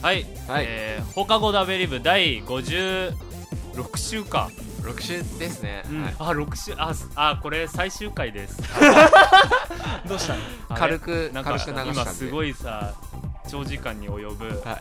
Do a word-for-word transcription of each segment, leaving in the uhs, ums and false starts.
はい、はい、えー、放課後ダベリブだいごじゅうろく週かろく週ですね、 うんはい、あろく週ああこれ最終回ですどうしたの軽くなんか軽く流したんで今すごいさ長時間に及ぶ、はい、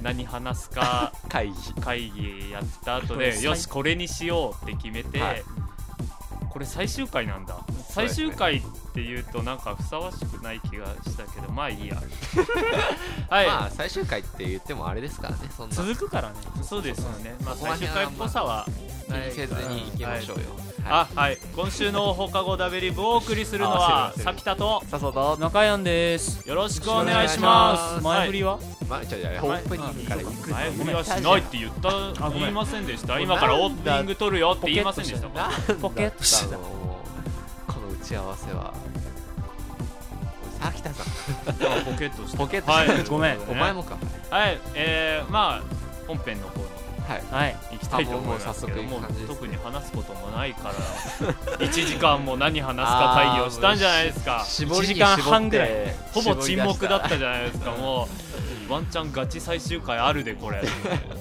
何話すか会議会議やった後でよしこれにしようって決めて、はい、これ最終回なんだ、ね、最終回っていうとなんかふさわしくない気がしたけどまあいいやはい、まあ最終回って言ってもあれですからねそんな続くからねそうですよね、まあ、最終回っぽさは気にせずに行きましょうよ、 はい、あはい今週の放課後ダベリブをお送りするのはさきたとさそと中山です。 よろしくお願いします。 前振りは、 はい、じゃじゃオープニングから行く前振りはしないって言った言いませんでした。今からオープニング撮るよって言いませんでしたか。 ポケットしてたこの打ち合わせはさきたさんポケットしてポケットして、はい、ごめんお前もか。 はいえー、まあ本編の方にはい、 行きたいと思いますけども、特に話すこともないからいちじかんも何話すか会議をしたんじゃないですか。 いちじかんはんぐらいほぼ沈黙だったじゃないですか。もうワンチャンガチ最終回あるでこれ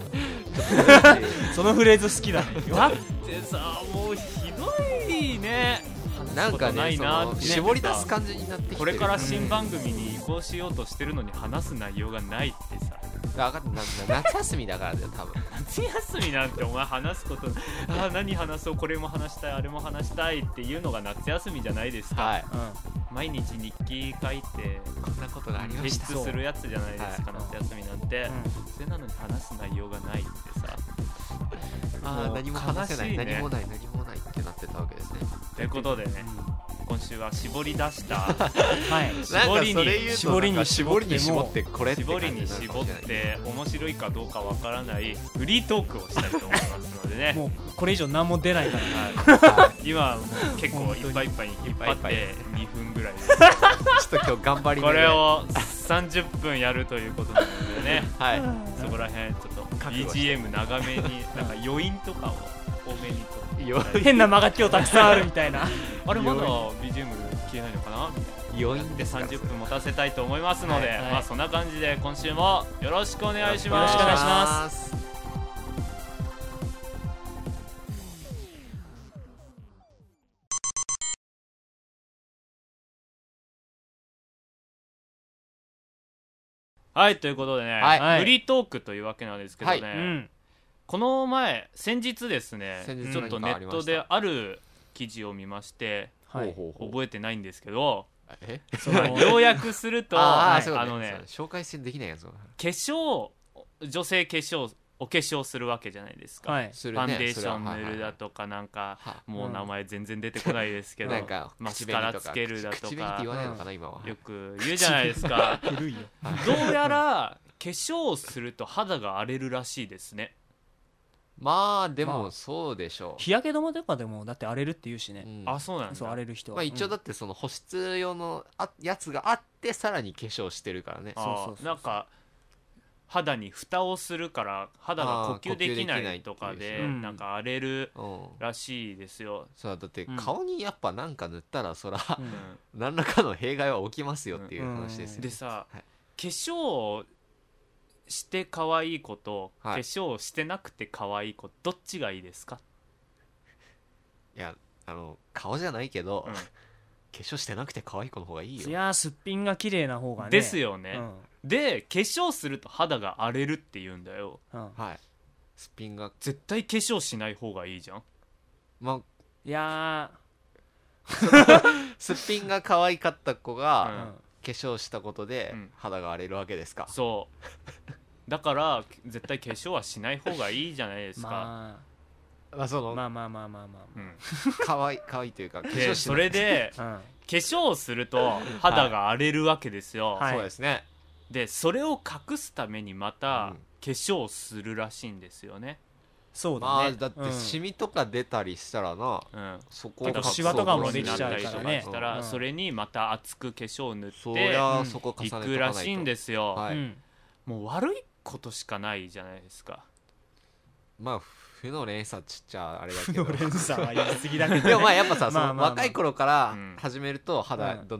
そのフレーズ好きだね。 だってさもうひどいね。 なんかね、その絞り出す感じになってきてる。 これから新番組に移行しようとしてるのに話す内容がないってさ。 分かった、夏休みだからだよ多分。 夏休みなんてお前話すことあ何話そうこれも話したいあれも話したいっていうのが夏休みじゃないですか、はいうん、毎日日記書いてこんなことがありました提出するやつじゃないですか、夏休みなんて、うん、それなのに話す内容がないってさあ何も話せない、ね、何もない何もないってなってたわけですね。 ということでね、うん、今週は絞り出したはい絞りに絞りに絞りに絞ってこれって絞りに絞って面白いかどうかわからないフリートークをしたいと思いますのでねもうこれ以上何も出ないから、はい、今もう結構いっぱいいっぱいに引っ張ってにふんぐらいですちょっと今日頑張りこれをさんじゅっぷんやるということなのでね、はい、そこら辺ちょっと ビージーエム 長めになんか余韻とかを多めにと変な間が今日たくさんあるみたいなあれまだ ビージーエム 消えないのかな余韻でさんじゅっぷん持たせたいと思いますので、はいはい、まあそんな感じで今週もよろしくお願いします。よろしくお願いします。はいということでね、はい、フリートークというわけなんですけどね、はいうん、この前先日ですねちょっとネットである記事を見まして、はい、覚えてないんですけどえその要約するとあ、はい、あのね紹介できないやつ化粧女性化粧お化粧するわけじゃないですか、はい、ファンデーション塗るだとかなんか、はい、もう名前全然出てこないですけど、うん、なんかマスカラつけるだとかよく言うじゃないですか古いよどうやら化粧をすると肌が荒れるらしいですね。 まあでもそうでしょう、まあ、 日焼け止めとかでもだって荒れるって言うしね、 うん、あそうなんだそう荒れる人は、 まあ、一応だってその保湿用のあやつがあってさらに化粧してるからね。 そうそうそうなんか肌に蓋をするから肌が呼吸できないとかでなんか荒れるらしいですよ、 うん、そうだって顔にやっぱなんか塗ったらそら、うん、何らかの弊害は起きますよっていう話ですよ、 うん、でさ、はい、化粧して可愛い子と、はい、化粧してなくて可愛い子どっちがいいですか？ いやあの顔じゃないけど、うん、化粧してなくて可愛い子の方がいいよ。 いやすっぴんが綺麗な方がねですよね、うん、で化粧すると肌が荒れるって言うんだよ、 うん、はいすっぴんが絶対化粧しない方がいいじゃん。 まあいやすっぴんが可愛かった子が、うん化粧したことで肌が荒れるわけですか、 うん、そうだから絶対化粧はしない方がいいじゃないですか、まあ、まあそのまあまあまあまあまあ、 うん、かわいかわいいというか化粧しないそれで、うん、化粧をすると肌が荒れるわけですよ、 はい、そうですね。 でそれを隠すためにまた、うん、化粧をするらしいんですよね。 そうだね、 まあ、だってシミとか出たりしたらな、 うん、 そこをシワとかもできちゃうからね、 うん、それにまた厚く化粧を塗ってそりゃそこ重ねとかないといくらしいんですよ、 はい、 もう悪いことしかないじゃないですか。 まあ負の連鎖ちっちゃあれだけど負の連鎖は言い過ぎだけど、ね、 でもまあやっぱさ、その若い頃から始めると肌どんどん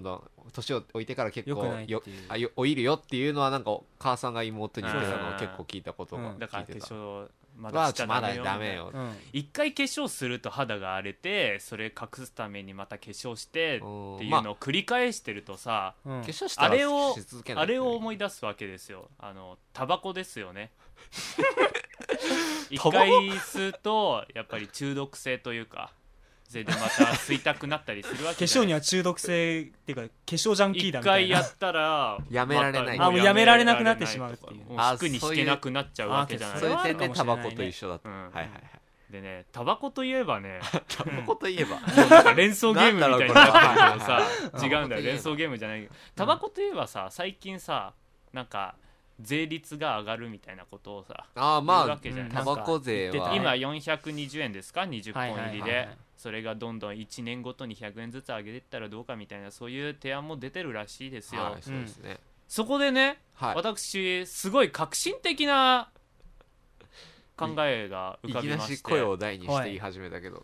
年を置いてから結構よあよ老いるよっていうのはなんか母さんが妹に言ってたのを結構聞いたことが聞いてた、 だから化粧まだしちゃダメよ、ダメよ、うん、一回化粧すると肌が荒れてそれ隠すためにまた化粧してっていうのを繰り返してるとさ、 まあ、化粧したらし続けない、 あれを思い出すわけですよ。あのタバコですよね一回吸うとやっぱり中毒性というかそれでまた吸いたくなったりするわけじゃない化粧には中毒性っていうか化粧ジャンキーだみたいな一回やったらやめられない、 あもうやめられなくなってしまうっていう、 もう引くに引けなくなっちゃうわけじゃない。 そういう点でタバコと一緒だった、うん、はいはいはい。 でねタバコといえばねタバコといえばなんか連想ゲームみたいになってるけどさ違うんだよ、連想ゲームじゃないタバコといえばさ最近さなんか税率が上がるみたいなことをさあまあタバコ税は今よんひゃくにじゅうえんですかにじゅっぽん入りで、それがどんどんいちねんごとにひゃくえんずつ上げていったらどうかみたいなそういう提案も出てるらしいですよ、 はい、そうですね、 そこでね、はい、私すごい革新的な考えが浮かびまして、 いきなし声を大にして言い始めたけど、はい、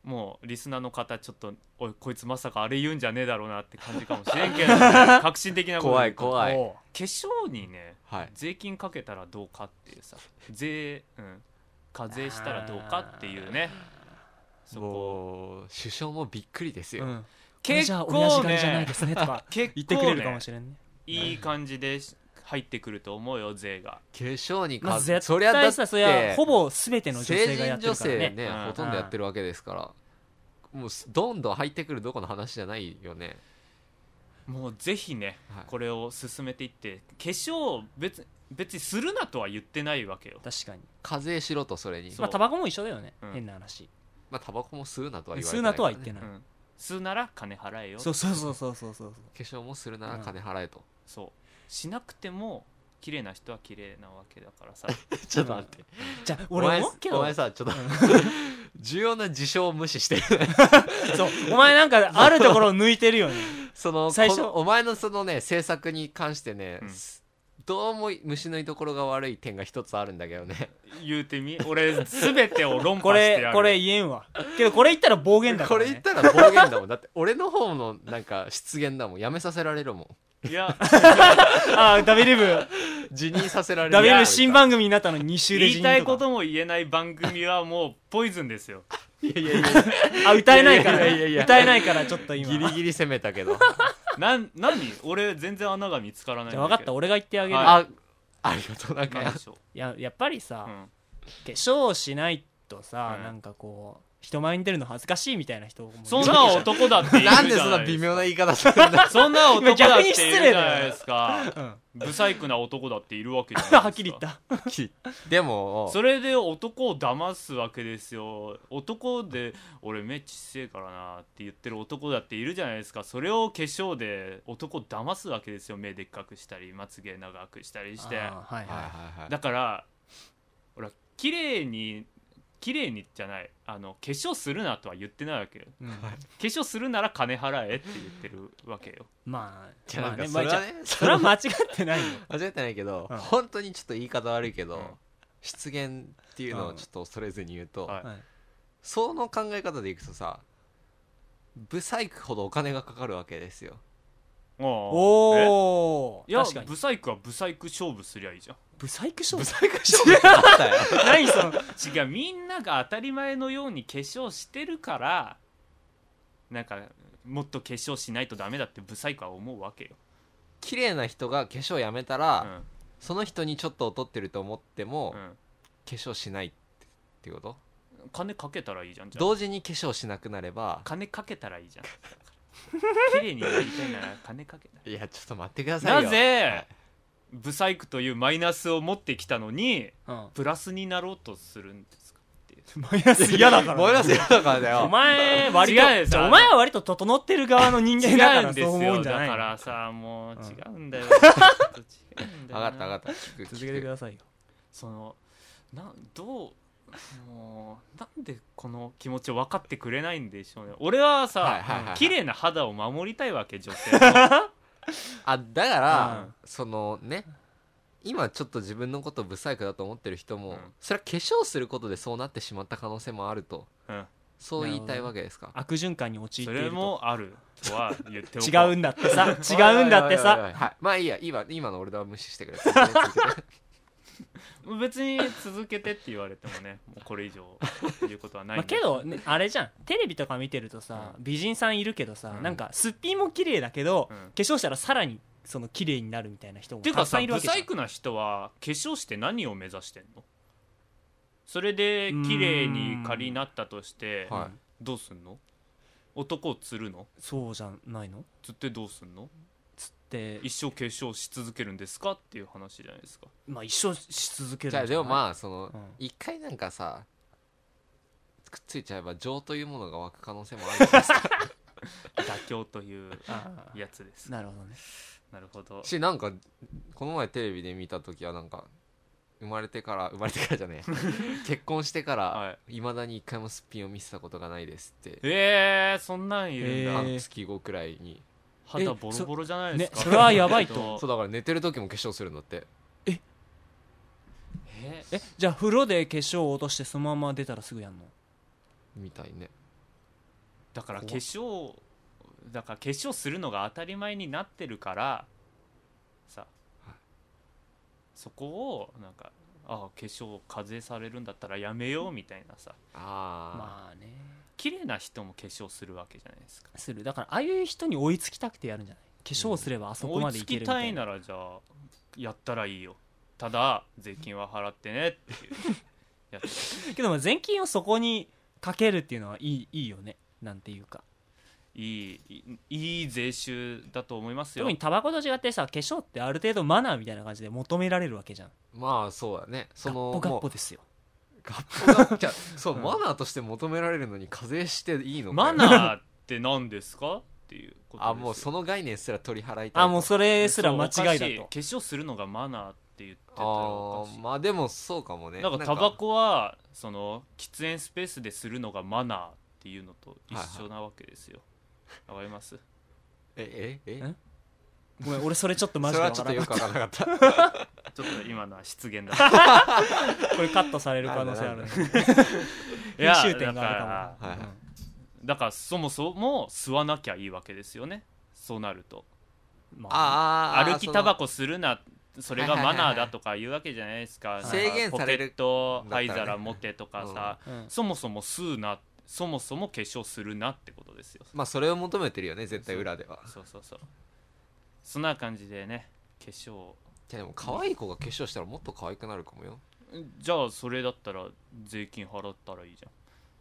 もうリスナーの方ちょっとおいこいつまさかあれ言うんじゃねえだろうなって感じかもしれんけど、ね、革新的なこと怖い怖い化粧にね、はい、税金かけたらどうかっていうさ税、うん、課税したらどうかっていうね、 そこもう首相もびっくりですよ、うん、 結構ねじゃないですねとか言ってくれるかもしれんね、 いい感じで入ってくると思うよ税が。 化粧にか、 絶対さそりゃほぼ全ての女性がやってるからね、 成人女性ね、うん、ほとんどやってるわけですから、もうどんどん入ってくるどこの話じゃないよね。 もうぜひね、はい、これを進めていって化粧別別にするなとは言ってないわけよ。 確かに課税しろと。それにまあタバコも一緒だよね、うん、変な話。 まあタバコも吸うなとは言われてない、ね、 吸うなとは言ってない、うん、 吸うなら金払えよ。 そうそうそうそうそうそう。 化粧もするなら金払えと、うん、 そうしなくても綺麗な人は綺麗なわけだからさちょっと待って、うん、 じゃあ俺思うけどお前さちょっと重要な事象を無視してるそうお前なんかあるところを抜いてるよねその最初お前のそのね政策に関してね、うん、どうも虫の居所が悪い点が一つあるんだけどね。 言うてみ俺全てを論破してやる。 これこれ言えんわけどこれ言ったら暴言だから、ね、 これ言ったら暴言だもん。だって俺の方のなんか失言だもん。やめさせられるもん。いやあダビリブ辞任させられる。 ダビリブ新番組になったのにに週で辞任とか。 言いたいことも言えない番組はもうポイズンですよ。 いやいやいやあ歌えないから、いやいやいや歌えないからちょっと今ギリギリ攻めたけどな何俺全然穴が見つからないんだけど。 分かった俺が言ってあげる、 はい、あありがとう。なんかいややっぱりさ、うん、化粧しないとさ、うん、なんかこう人前に出るの恥ずかしいみたいな人もそんな男だっているじゃないですか。 なんでそんな微妙な言い方するんだそんな男だっているじゃないですか、うん、ブサイクな男だっているわけじゃないですかはっきり言ったでもそれで男を騙すわけですよ。男で俺目ちっせえからなって言ってる男だっているじゃないですか。それを化粧で男を騙すわけですよ。目でっかくしたりまつげ長くしたりして、はいはいはい、だから俺は綺麗に綺麗にじゃないあの化粧するなとは言ってないわけよ、うん、化粧するなら金払えって言ってるわけよ。 まあじゃあなんかそれはね、 それは間違ってないよ間違ってないけど、うん、本当にちょっと言い方悪いけど、うん、失言っていうのをちょっと恐れずに言うと、うんはい、その考え方でいくとさブサイクほどお金がかかるわけですよ。 おおいやブサイクはブサイク勝負すりゃいいじゃん。 ブサイク勝負ブサイク勝負あったよ何その違うみんなが当たり前のように化粧してるからなんかもっと化粧しないとダメだってブサイクは思うわけよ。 綺麗な人が化粧やめたら、うん、その人にちょっと劣ってると思っても、うん、化粧しないっていうこと。 金かけたらいいじゃん。じゃ同時に化粧しなくなれば金かけたらいいじゃん綺麗になりたいなら金かけたらいやちょっと待ってくださいよ。 なぜ、はいブサイクというマイナスを持ってきたのに、うん、プラスになろうとするんですかっていう。 マイナス嫌だから、 ね、マイナス嫌だからだよ。 お前割とお前は割と整ってる側の人間だからそう思うんじゃない。 だからさもう違うんだよ。 分かった分かった。 続けてくださいよ。 そのなどうもうなんでこの気持ちを分かってくれないんでしょうね。俺はさ、はいはいはいはい、綺麗な肌を守りたいわけ女性の。 あだから、うん、そのね今ちょっと自分のことをブサイクだと思ってる人も、うん、それは化粧することでそうなってしまった可能性もあると、うん、 そう言いたいわけですか。 悪循環に陥っていると。 それもあるとは言っておこう。 違うんだってさ違うんだってさ。 はい、まあいいや、今今の俺は無視してくれ別に続けてって言われてもね、もうこれ以上言うことはないんまあけど、ね、あれじゃん、テレビとか見てるとさ、うん、美人さんいるけどさ、うん、なんかすっぴんも綺麗だけど、うん、化粧したらさらにその綺麗になるみたいな人もたくさんいるわけじゃん。 ていうかさ、ブサイクな人は化粧して何を目指してんの？それで綺麗に仮になったとしてどうすんの？男を釣るの？ そうじゃないの？ 釣ってどうすんの？ 釣って一生化粧し続けるんですかっていう話じゃないですか。 まあ一生し続けるんじゃない？ じゃあでもまあその一、うん、回なんかさくっついちゃえば情というものが湧く可能性もあるじゃないですか。 妥協というやつです。 なるほどね。 なるほど。 しなんかこの前テレビで見た時はなんか生まれてから生まれてからじゃねえ結婚してからいまだに一回もすっぴんを見せたことがないですって。 えー、そんなんいるんだ。 半月後くらいに肌ボロボロじゃないですか。 そ,、ね、それはやばいと。 そうだから寝てる時も化粧するんだって。 えええじゃあ風呂で化粧を落としてそのまま出たらすぐやんのみたいね。 だから化粧だから化粧するのが当たり前になってるからさ、そこをなんかああ化粧課税されるんだったらやめようみたいなさ。 あまあね、 綺麗な人も化粧するわけじゃないですか。 する。だからああいう人に追いつきたくてやるんじゃない？化粧すればあそこまでいけるみたいな、 追いつきたいならじゃあやったらいいよ、ただ税金は払ってねっていうやつ。 けども税金をそこにかけるっていうのはいい、いいよね。なんていうかいい、いい税収だと思いますよ。 特にタバコと違ってさ、化粧ってある程度マナーみたいな感じで求められるわけじゃん。 まあそうだね。そのガッポガッポですよ。 ガッポガッポじゃそう、うん、マナーとして求められるのに課税していいのか。 マナーって何ですかっていうことですよ。 あ、もうその概念すら取り払いたいと。 あ、もうそれすら間違いだと。 化粧するのがマナーって言ってたらおかしい。 あ、まあでもそうかもね。 なんかタバコはその喫煙スペースでするのがマナーっていうのと一緒なわけですよ。わかります？ えええごめん、俺それちょっとマジで分からなかった。 それはちょっとよく分からなかった。 ちょっと今のは失言だ。 これカットされる可能性あるね。編集点があるかも。 だから、だからそもそも吸わなきゃいいわけですよね。そうなると、 まあ、 あ歩きタバコするな、それがマナーだとか言うわけじゃないですか。 制限される。 ポケット灰皿持てとかさ、うん、そもそも吸うな、そもそも化粧するなってことですよ。 まあそれを求めてるよね、絶対裏では。 そうそうそう、そんな感じでね、化粧。 でも可愛い子が化粧したらもっと可愛くなるかもよ。 じゃあそれだったら税金払ったらいいじゃん。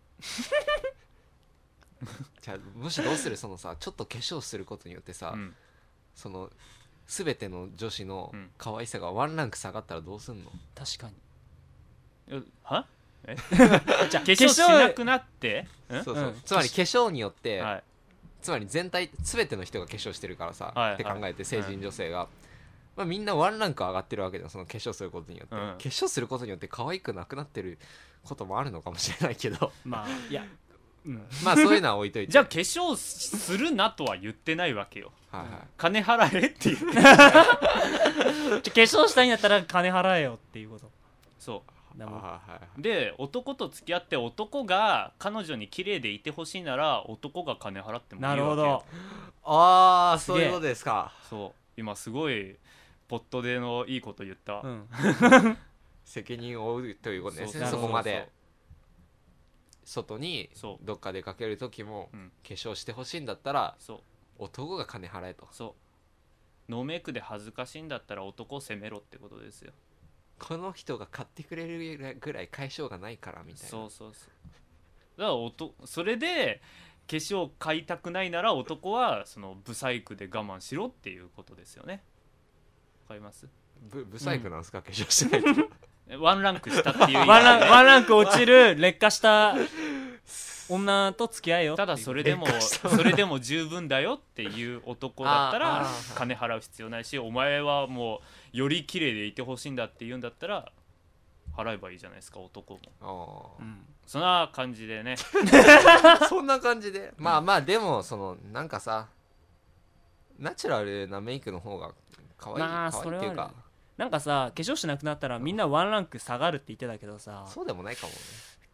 じゃあもしどうする、そのさ、ちょっと化粧することによってさ、うん、その全ての女子の可愛さがワンランク下がったらどうすんの？ 確かに。は？えじゃあ化粧しなくなって、 そうそう、うん、つまり化粧によって、はい、つまり全体全ての人が化粧してるからさ、はい、って考えて成人女性が、はい、まあ、みんなワンランク上がってるわけじゃん、その化粧することによって、うん、化粧することによって可愛くなくなってることもあるのかもしれないけど、 まあいや、うん、 まあそういうのは置いといて。 じゃあ化粧するなとは言ってないわけよ。はい、はい、金払えって言って。 化粧したいんだったら金払えよっていうこと。 そうで、男と付き合って男が彼女に綺麗でいてほしいなら男が金払ってもいいわけよ。なるほど。 ああ、そういうことですか。 そう、今すごいポットでのいいこと言った、うん、 責任を負うということですね。そこまで外にどっか出かける時も化粧してほしいんだったら、そう、男が金払えと。 そう、ノーメイクで恥ずかしいんだったら男を責めろってことですよ。 この人が買ってくれるぐらい解消がないからみたいな。 そうそうそう、だからおとそれで化粧買いたくないなら男はそのブサイクで我慢しろっていうことですよね。わかります？ ブ, ブサイクなんですか、うん、化粧しないと。ワンランクしたっていう意味で、ね、 ワンランク、ワンランク落ちる劣化した女と付き合えよ。 ただそれでもそれでも十分だよっていう男だったら金払う必要ないし、お前はもうより綺麗でいてほしいんだって言うんだったら払えばいいじゃないですか、男も。あ、うん、そんな感じでね。 そんな感じで、まあまあでもそのなんかさ、ナチュラルなメイクの方が可愛い、まあ、可愛いっていうか、 なんかさ、化粧しなくなったらみんなワンランク下がるって言ってたけどさ、 そうでもないかもね。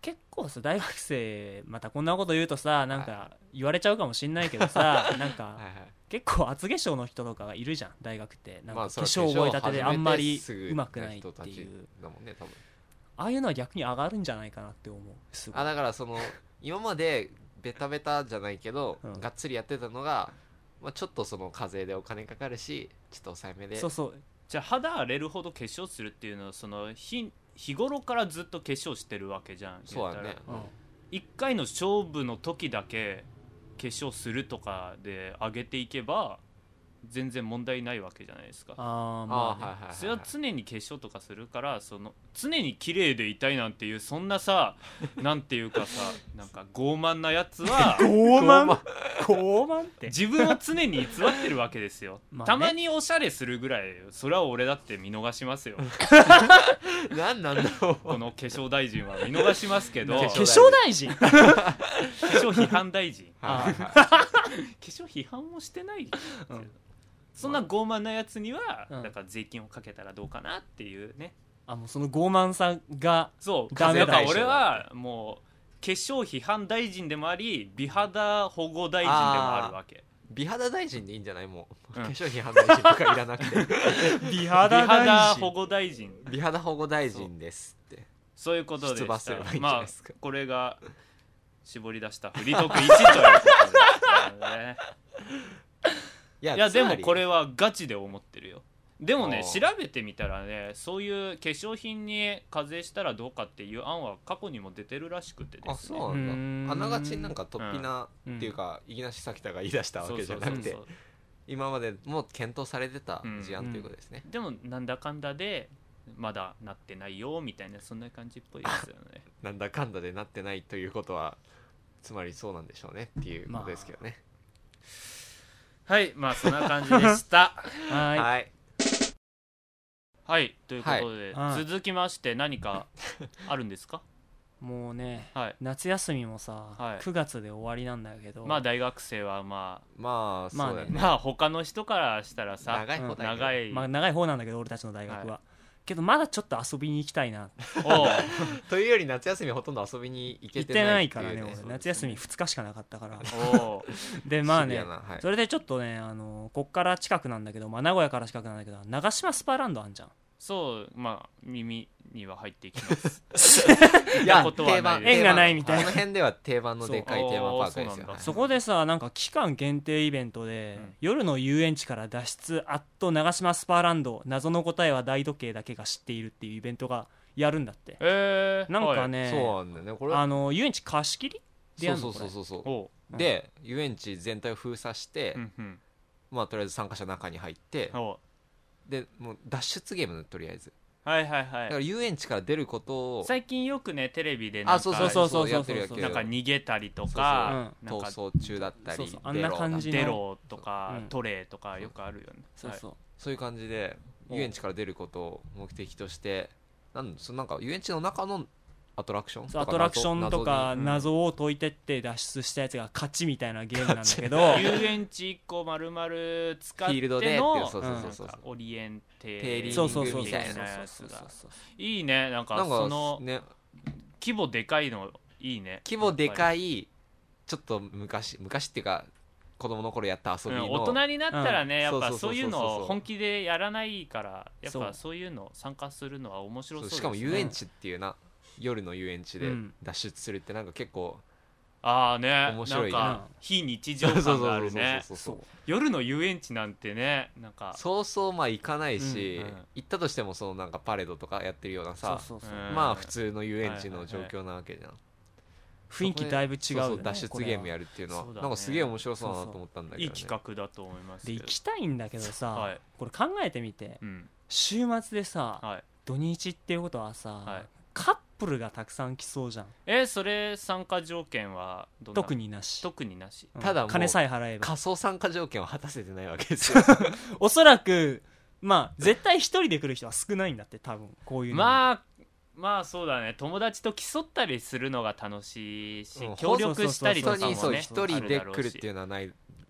結構さ大学生またこんなこと言うとさなんか言われちゃうかもしんないけどさなんかはい、はい、結構厚化粧の人とかがいるじゃん大学ってなんか化粧覚えたてであんまりうまくないっていうだもんね多分ああいうのは逆に上がるんじゃないかなって思うすごいあだからその今までベタベタじゃないけど、うん、がっつりやってたのが、まあ、ちょっとその課税でお金かかるしちょっと抑えめでそうそうじゃあ肌荒れるほど化粧するっていうのはその日日頃からずっと化粧してるわけじゃんそうだね、うん、 いっかいの勝負の時だけ化粧するとかで上げていけば全然問題ないわけじゃないですかあ、まあね、 あ、はいはいはい、それは常に化粧とかするからその常に綺麗でいたいなんていうそんなさなんていうかさなんか傲慢なやつは傲慢傲慢って自分を常に偽ってるわけですよ、まあね、たまにおしゃれするぐらいそれは俺だって見逃しますよ何なんだろうこの化粧大臣は見逃しますけど化粧大臣化粧批判大臣化粧批判もしてない、うんそんな傲慢なやつには、うん、だから税金をかけたらどうかなっていうねあもうその傲慢さがそうダメだ俺はもう化粧批判大臣でもあり美肌保護大臣でもあるわけ美肌大臣でいいんじゃないもう、うん、化粧批判大臣とかいらなくて美肌大臣美肌保護大臣美肌保護大臣ですってそういうことで出馬すればいいんじゃないですか、 まあ、これが絞り出したフリートークいちということで、ねいや, いやでもこれはガチで思ってるよでもね調べてみたらねそういう化粧品に課税したらどうかっていう案は過去にも出てるらしくてですねあそうなんだあながちなんか突飛なっていうか、うん、五十嵐咲田が言い出したわけじゃなくて今までも検討されてた事案ということですね、 うんうん、でもなんだかんだでまだなってないよみたいなそんな感じっぽいですよねなんだかんだでなってないということはつまりそうなんでしょうねっていうことですけどね、まあはいまあそんな感じでしたはいはいはいということで、 はい、 続きまして何かあるんですかもうね、 はい、 夏休みもさ、はい、くがつで終わりなんだけどまあ大学生はまあまあそうだよねまあ他の人からしたらさ長い方だよね、 長い、 まあ、長い方なんだけど俺たちの大学は、はいけどまだちょっと遊びに行きたいなというより夏休みほとんど遊びに行けてないっていう、ね、 行ってないからね俺夏休みふつかしかなかったからでまあね、はい、それでちょっとねあのこっから近くなんだけど、まあ、名古屋から近くなんだけど長島スパランドあんじゃんそうまあ耳には入っていきますいや定番縁がないみたいなこの辺では定番のでかいテーマパークですよそ, そこでさなんか期間限定イベントで、うん、夜の遊園地から脱出アット長島スパーランド謎の答えは大時計だけが知っているっていうイベントがやるんだって、 えー、 なんかね、 はい、そうなんだよねこれあの遊園地貸し切りでやるのそうそうそうそう、うん、で遊園地全体を封鎖して、うんうん、まあとりあえず参加者の中に入ってでもう脱出ゲームのとりあえずはいはいはいだから遊園地から出ることを最近よくねテレビでなんかあそうそうそうそうやってるやけなんか逃げたりとかそうそう、うん、逃走中だったりそうそうあんな感じのデロとか、うん、トレーとかよくあるよねそうそう、 はい、そういう感じで遊園地から出ることを目的としてなんそのなんか遊園地の中のアトラクションアトラクションとか謎を解いてって脱出したやつが勝ちみたいなゲームなんだけど遊園地いっこ丸々使ってのフィールドでそうそうそうオリエンテーリングみたいなやつがいいねなんかその規模でかいのいいね規模でかいちょっと昔昔っていうか子供の頃やった遊びの、 うん、大人になったらね、うん、やっぱそういうのを本気でやらないからやっぱそういうの参加するのは面白そうですねしかも遊園地っていうな、うん夜の遊園地で脱出するってなんか結構ああね面白いなんか非日常感があるね夜の遊園地なんてねなんかそうそうまあ行かないし、うんうん、行ったとしてもそのなんかパレードとかやってるようなさそうそうそうまあ普通の遊園地の状況なわけじゃん、はいはいはい、 雰囲気だいぶ違うよねそうそう脱出ゲームやるっていうのはう、ね、なんかすげえ面白そうだなと思ったんだけど、ね、 いい企画だと思いますで行きたいんだけどさ、はい、これ考えてみて、うん、週末でさ、はい、土日っていうことはさ、はいカップルがたくさん来そうじゃんえそれ参加条件はどんな特になし特になし、 うん、ただもう金さえ払えば仮想参加条件は果たせてないわけですよおそらくまあ絶対一人で来る人は少ないんだって多分こういうのまあまあそうだね友達と競ったりするのが楽しいし、うん、協力したりとかもね一人で来るっていうのはない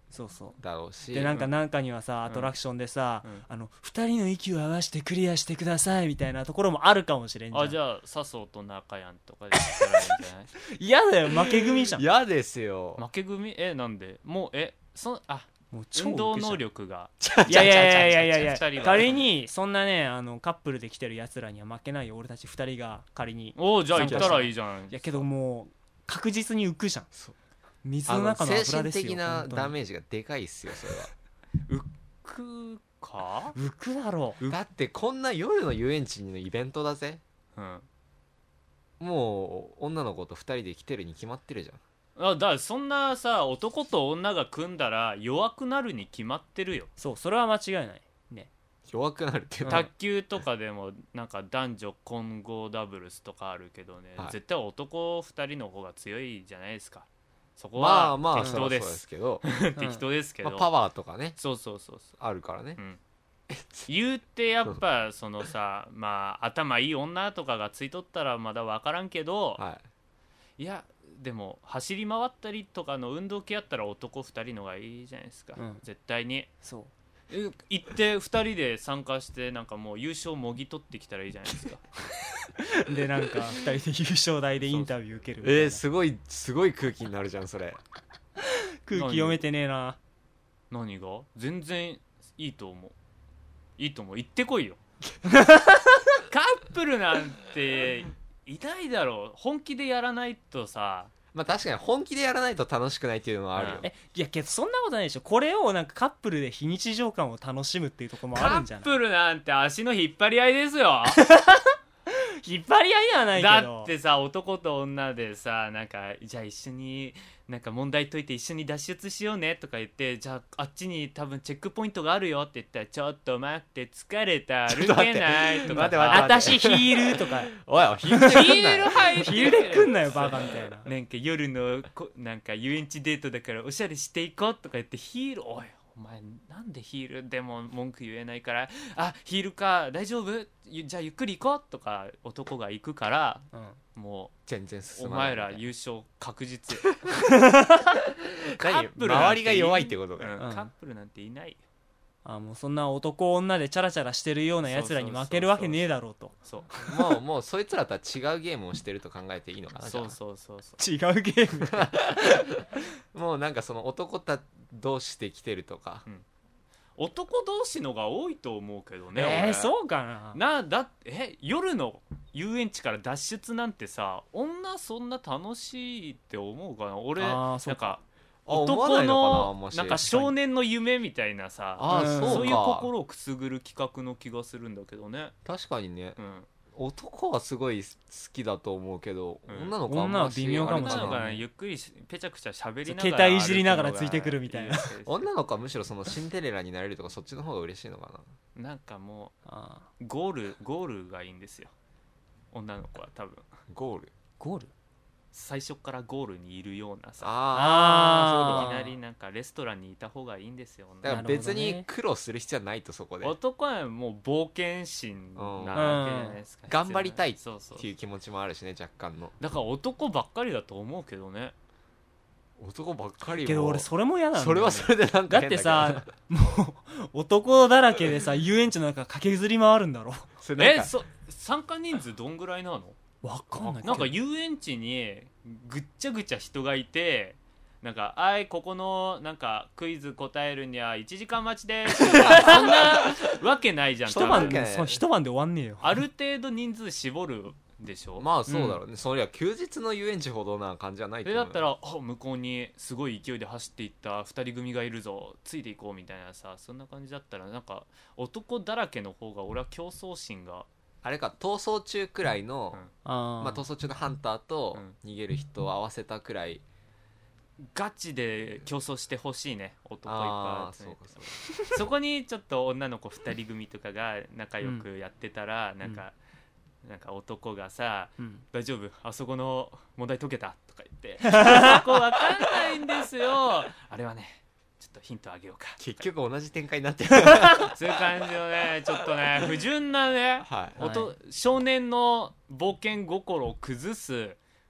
そうそうだろうしでなんかなんかにはさアトラクションでさ、うんうん、あのふたりの息を合わせてクリアしてくださいみたいなところもあるかもしれんじゃん。 あじゃあ笹生と中やんとかでやったらいいんじゃない嫌だよ負け組じゃん。 嫌ですよ負け組えなんでもうえそあもう運動能力がいやいやいやいやいやいや仮にそんなねあのカップルで来てるやつらには負けないよ俺たちふたりが仮に。 おじゃあ行ったらいいじゃん。 いやけどもう確実に浮くじゃん。水の中の油ですよ。 精神的なダメージがでかいっすよそれは。 浮くか浮くだろう。 だってこんな夜の遊園地のイベントだぜ、うん、もう女の子とふたりで来てるに決まってるじゃん。 あだからそんなさ男と女が組んだら弱くなるに決まってるよ。 そうそれは間違いないね。 弱くなるっていう卓球とかでもなんか男女混合ダブルスとかあるけどね、はい、絶対男ふたりの方が強いじゃないですか。そこは適当です。適当ですけど、 まあ、パワーとかねそうそうそうそうあるからね、うん、 言うてやっぱそのさまあ頭いい女とかがついとったらまだ分からんけど、はい、いやでも走り回ったりとかの運動系やったら男ふたりのがいいじゃないですか、うん、絶対に。そう行ってふたりで参加してなんかもう優勝もぎ取ってきたらいいじゃないですかでなんかふたりで優勝台でインタビュー受けるみたいな。 えー、すごいすごい空気になるじゃんそれ空気読めてねえな。 何が全然いいと思ういいと思う行ってこいよカップルなんていないだろう。本気でやらないとさ。 まあ確かに本気でやらないと楽しくないっていうのはあるよ、うん、 えいやけどそんなことないでしょ。これをなんかカップルで非日常感を楽しむっていうところもあるんじゃない。 カップルなんて足の引っ張り合いですよ引っ張り合いではないけどだってさ男と女でさなんかじゃあ一緒になんか問題解いて一緒に脱出しようねとか言ってじゃああっちに多分チェックポイントがあるよって言ったらちょっと待って疲れた歩けないとか私ヒールとかおいヒールヒール入ってヒールで来んなよバカみたいななんか夜のこなんか遊園地デートだからおしゃれしていこうとか言ってヒールおいお前なんでヒールでも文句言えないからあヒールか大丈夫じゃあゆっくり行こうとか男が行くから、うん、もう全然進まないお前ら優勝確実カップル周りが弱いってことだよ、 うん、カップルなんていないよ。 あもうそんな男女でチャラチャラしてるようなやつらに負けるわけねえだろうと。 そうもうもうそいつらとは違うゲームをしてると考えていいのかな。 そうそうそうそう違うゲームもうなんかその男た同士で来てるとか、うん、 男同士のが多いと思うけどね。 えー、そうかななだえ夜の遊園地から脱出なんてさ女そんな楽しいって思うかな。俺なんか男のなんか少年の夢みたいなさあ、うん、そういう心をくすぐる企画の気がするんだけどね。 確かにね、うん、男はすごい好きだと思うけど、うん、女の子はあんまし微妙かもしれない。女の子はゆっくりペチャクチャ喋りながら携帯いじりながらついてくるみたいな女の子はむしろそのシンデレラになれるとかそっちの方が嬉しいのかな。なんかもうあゴールゴールがいいんですよ女の子は多分。 ゴールゴール最初からゴールにいるようなさああいきなりなんかレストランにいた方がいいんですよ。 だから別に苦労する必要はないとそこで。 男はもう冒険心なわけじゃないですか、 うん、頑張りたいっていう気持ちもあるしね若干の。 だから男ばっかりだと思うけどね。 男ばっかりもけど俺それも嫌なんだよ、ね、 それはそれでなんかだってさもう男だらけでさ遊園地の中駆けずり回るんだろえそ参加人数どんぐらいなのわかんない。 なんか遊園地にぐっちゃぐちゃ人がいてなんかあいここのなんかクイズ答えるにはいちじかん待ちですそんなわけないじゃん。 一晩でそ一晩で終わんねえよ。 ある程度人数絞るでしょ。 まあそうだろうね、うん、そりゃ休日の遊園地ほどな感じはないと思う。 でだったらあ向こうにすごい勢いで走っていったふたり組がいるぞついていこうみたいなさそんな感じだったらなんか男だらけの方が俺は競争心があれか逃走中くらいの、うんあまあ、逃走中のハンターと逃げる人を合わせたくらい、 うん、ガチで競争してほしいね男いっぱい集めて。そうかそうかそこにちょっと女の子ふたり組とかが仲良くやってたら、うん、なんか、うん、なんか男がさ、うん、大丈夫あそこの問題解けたとか言ってそこわかんないんですよあれはねちょっとヒントあげようか。 結局同じ展開になってるそういう感じのねちょっとね不純なね、はい、少年の冒険心を崩す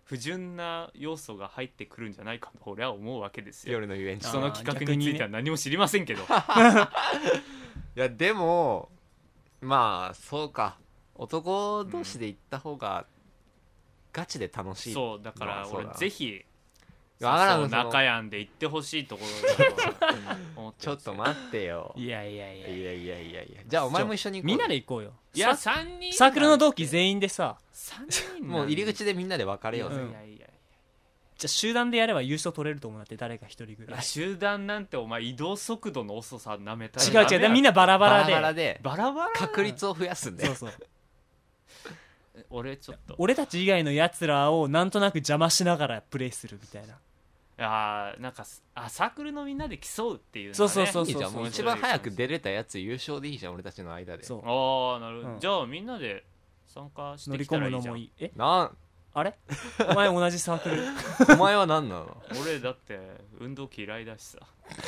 不純な要素が入ってくるんじゃないかと俺は思うわけですよ。 夜の遊園地その企画については何も知りませんけど、ね、 いやでもまあそうか、男同士で行った方がガチで楽しい、 うん、そうだから俺ぜひ中やんで行ってほしいところだと思ってちょっと待ってよ。 いやいやいやいやいやいやいや、じゃあお前も一緒に行こう。 みんなで行こうよ。 いやさんにんサークルの同期全員でささんにんもう入り口でみんなで別れようぜ、うん、 いやいやいや、 じゃあ集団でやれば優勝取れると思うなって誰か一人ぐらい。 集団なんてお前移動速度の遅さなめたら違う違う、みんなバラバラでバラバラでバラバラ確率を増やすんで、 そうそう俺ちょっと俺たち以外のやつらをなんとなく邪魔しながらプレイするみたいな。 あなんかあサークルのみんなで競うっていうの、ね、 そうそうそうそう、 いいじゃん、もう一番早く出れたやつ優勝でいいじゃん俺たちの間で。 そう、 ああなるほど、うん、じゃあみんなで参加してきたらいいじゃん。乗り込むのもいい。 えなんあれお前同じサークルお前は何なの俺だって運動嫌いだしさ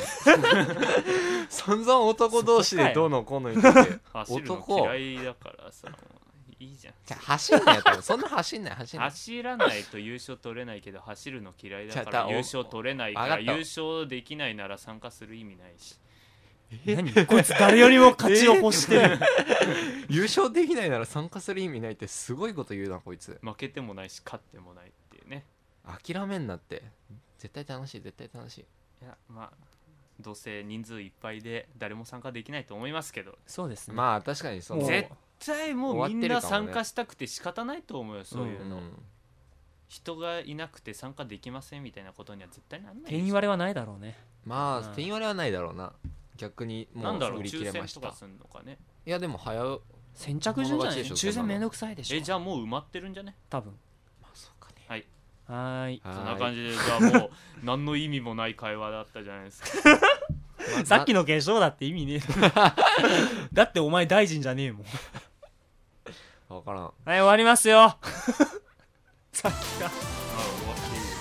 散々男同士でどうのこうの言ってて走るの嫌いだからさいいじゃん。 じゃ走んないよ多分そんな走んない走んない走らないと優勝取れないけど走るの嫌いだから優勝取れないから優勝できないなら参加する意味ないし。 何こいつ誰よりも勝ちを欲してる、えー、 優勝できないなら参加する意味ないってすごいこと言うなこいつ。 負けてもないし勝ってもないっていうね。 諦めんなって、絶対楽しい絶対楽しい。 いやまあどうせ人数いっぱいで誰も参加できないと思いますけど。 そうですね、 まあ確かにそう。 絶対もうみんな参加したくて仕方ないと思うよ、そういうの、うん、人がいなくて参加できませんみたいなことには絶対なんない。 定員割れはないだろうね。 まあ定員割れはないだろうな。逆にもう売り切れました。 抽選とかすんのかね。 いやでも早う先着順じゃない。抽選めんどくさいでしょ。 えじゃあもう埋まってるんじゃね多分。 まあそうかね。 はいはいそんな感じでじゃあもう何の意味もない会話だったじゃないですかさっきの決勝だって意味ねえだってお前大臣じゃねえもん分からん。はい終わりますよさっきか。あ終わっていい。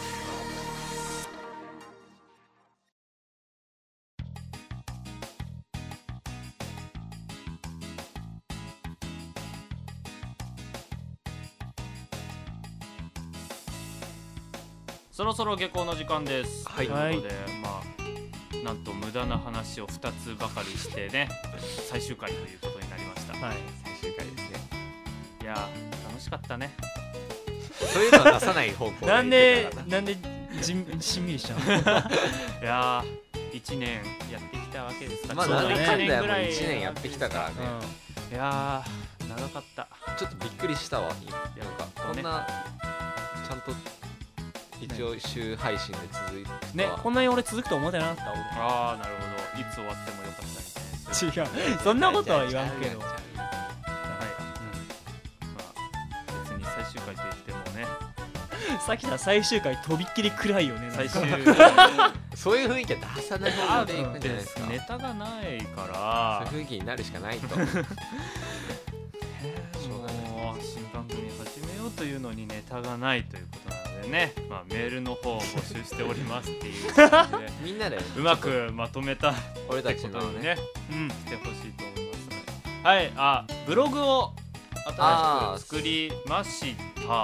そろそろ下校の時間です。 はい。 ということで、まあなんと無駄な話をふたつばかりしてね最終回ということになりました。 はい。最終回ですね。 いや楽しかったね。 そういうのは出さない方向で。 なんでなんでじんしんみりしちゃうの。 いやいちねんやってきたわけですから。 まあなんだかんだやもういちねんやってきたからね。 うん、いや長かった。 ちょっとびっくりしたわ。なんかこんなちゃんと。一応週配信で続いてね、こんなに俺続くと思ってなかった俺。 ああなるほど、いつ終わってもよかったみたいな。 違うそんなことは言わんけど。はい、うん、まあ別に最終回と言ってもねさっきから最終回とびっきり暗いよね。 最終そういう雰囲気は出さない方がいいんじゃないですか。 ネタがないからそういう雰囲気になるしかないと。 もう新番組始めようというのにネタがないということなのでね、まあ、メールの方を募集しておりますっていう感じでみんなでうまくまとめた俺たちのねうんしてほしいと思いますね。はいあブログを新しく作りました。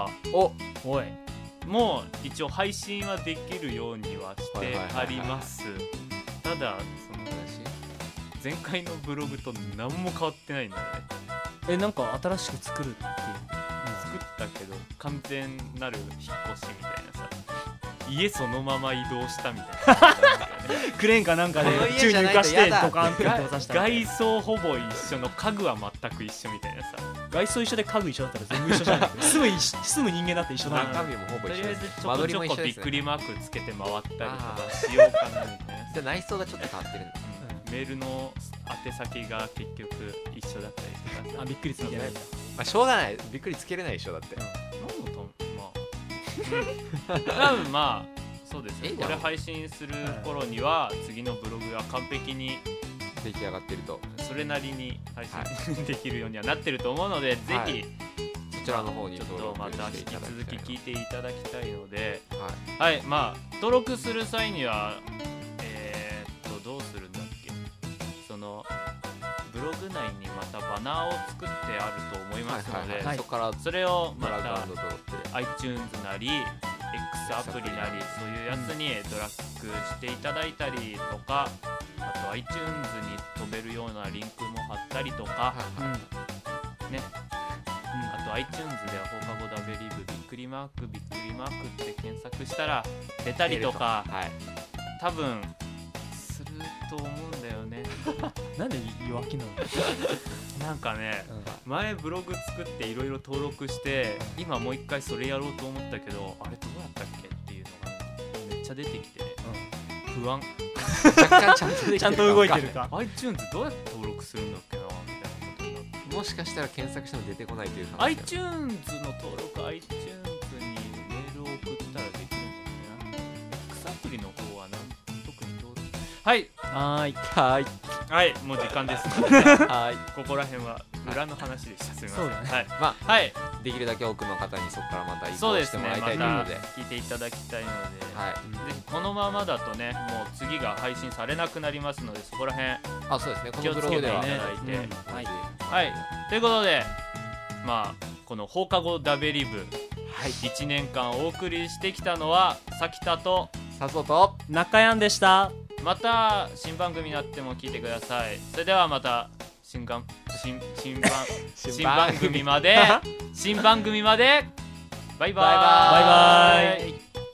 おおいもう一応配信はできるようにはしてあります。ただその前回のブログと何も変わってないんだよね。 えなんか新しく作るっていう、 作ったけど完全なる引っ越しみたいなさ、家そのまま移動したみたいな、ね、 クレーンかなんかで宙に浮かしてドカンって落とさせた。 外装ほぼ一緒の家具は全く一緒みたいなさ。 外装一緒で家具一緒だったら全部一緒じゃない住む住む人間だって一緒だ。 中身もほぼ一緒。 とりあえずちょこちょこびっくりマークつけて回ったりとかしようかなみたいな。 じゃ内装がちょっと変わってるんだ、 うん、メールの宛先が結局一緒だったりとかさ。 あびっくりついてないんだ。 まあしょうがない、びっくりつけれないでしょだって。 何のとまあ多分まあそうですね。これ配信する頃には次のブログが完璧に出来上がってると、 それなりに配信、はい、できるようにはなってると思うので、ぜひ、はい、 そちらの方にちょっとまた引き続き聞いていただきたいので、 はい、 はい、まあ登録する際にはえー、っとどうするんだっけ、そのブログ内にまたバナーを作ってあると思いますので、 そこからそれをまた iTunes なり X アプリなりそういうやつにドラッグしていただいたりとか、あと iTunes に飛べるようなリンクも貼ったりとか、ね、あと iTunes では放課後ダベリブびっくりマークびっくりマークって検索したら出たりとか、多分すると思うんだよね。 なんで弱気なの？ なんかね、うん、前ブログ作っていろいろ登録して今もう一回それやろうと思ったけど、あれどうやったっけっていうのがめっちゃ出てきてね、うん、不安。 若干ちゃんとちゃんと動いてるか。 iTunes どうやって登録するんだっけなみたいなことになって、 もしかしたら検索しても出てこないというか iTunes の登録 iTunes にメールを送ったらできるんだよね。 X アプリの方はなん特に登録はいはいはいはいもう時間ですので、ね、はいここら辺は裏の話でした。すみません。 そうだね、 はいまあ、はい、できるだけ多くの方にそこからまた移行してもらいたいので、 ね、ま、聞いていただきたいので、 はい、 ぜひこのままだとねもう次が配信されなくなりますので、そこら辺あそうですね、 気をつけていただいて、うんはいはい、ということでまあこの放課後ダベリブ、はい、いちねんかんお送りしてきたのはさきたとさそと中やんでした。 また新番組になっても聞いてください。それではまた新がん新新番新番組まで新番組までバイバイバイバイ。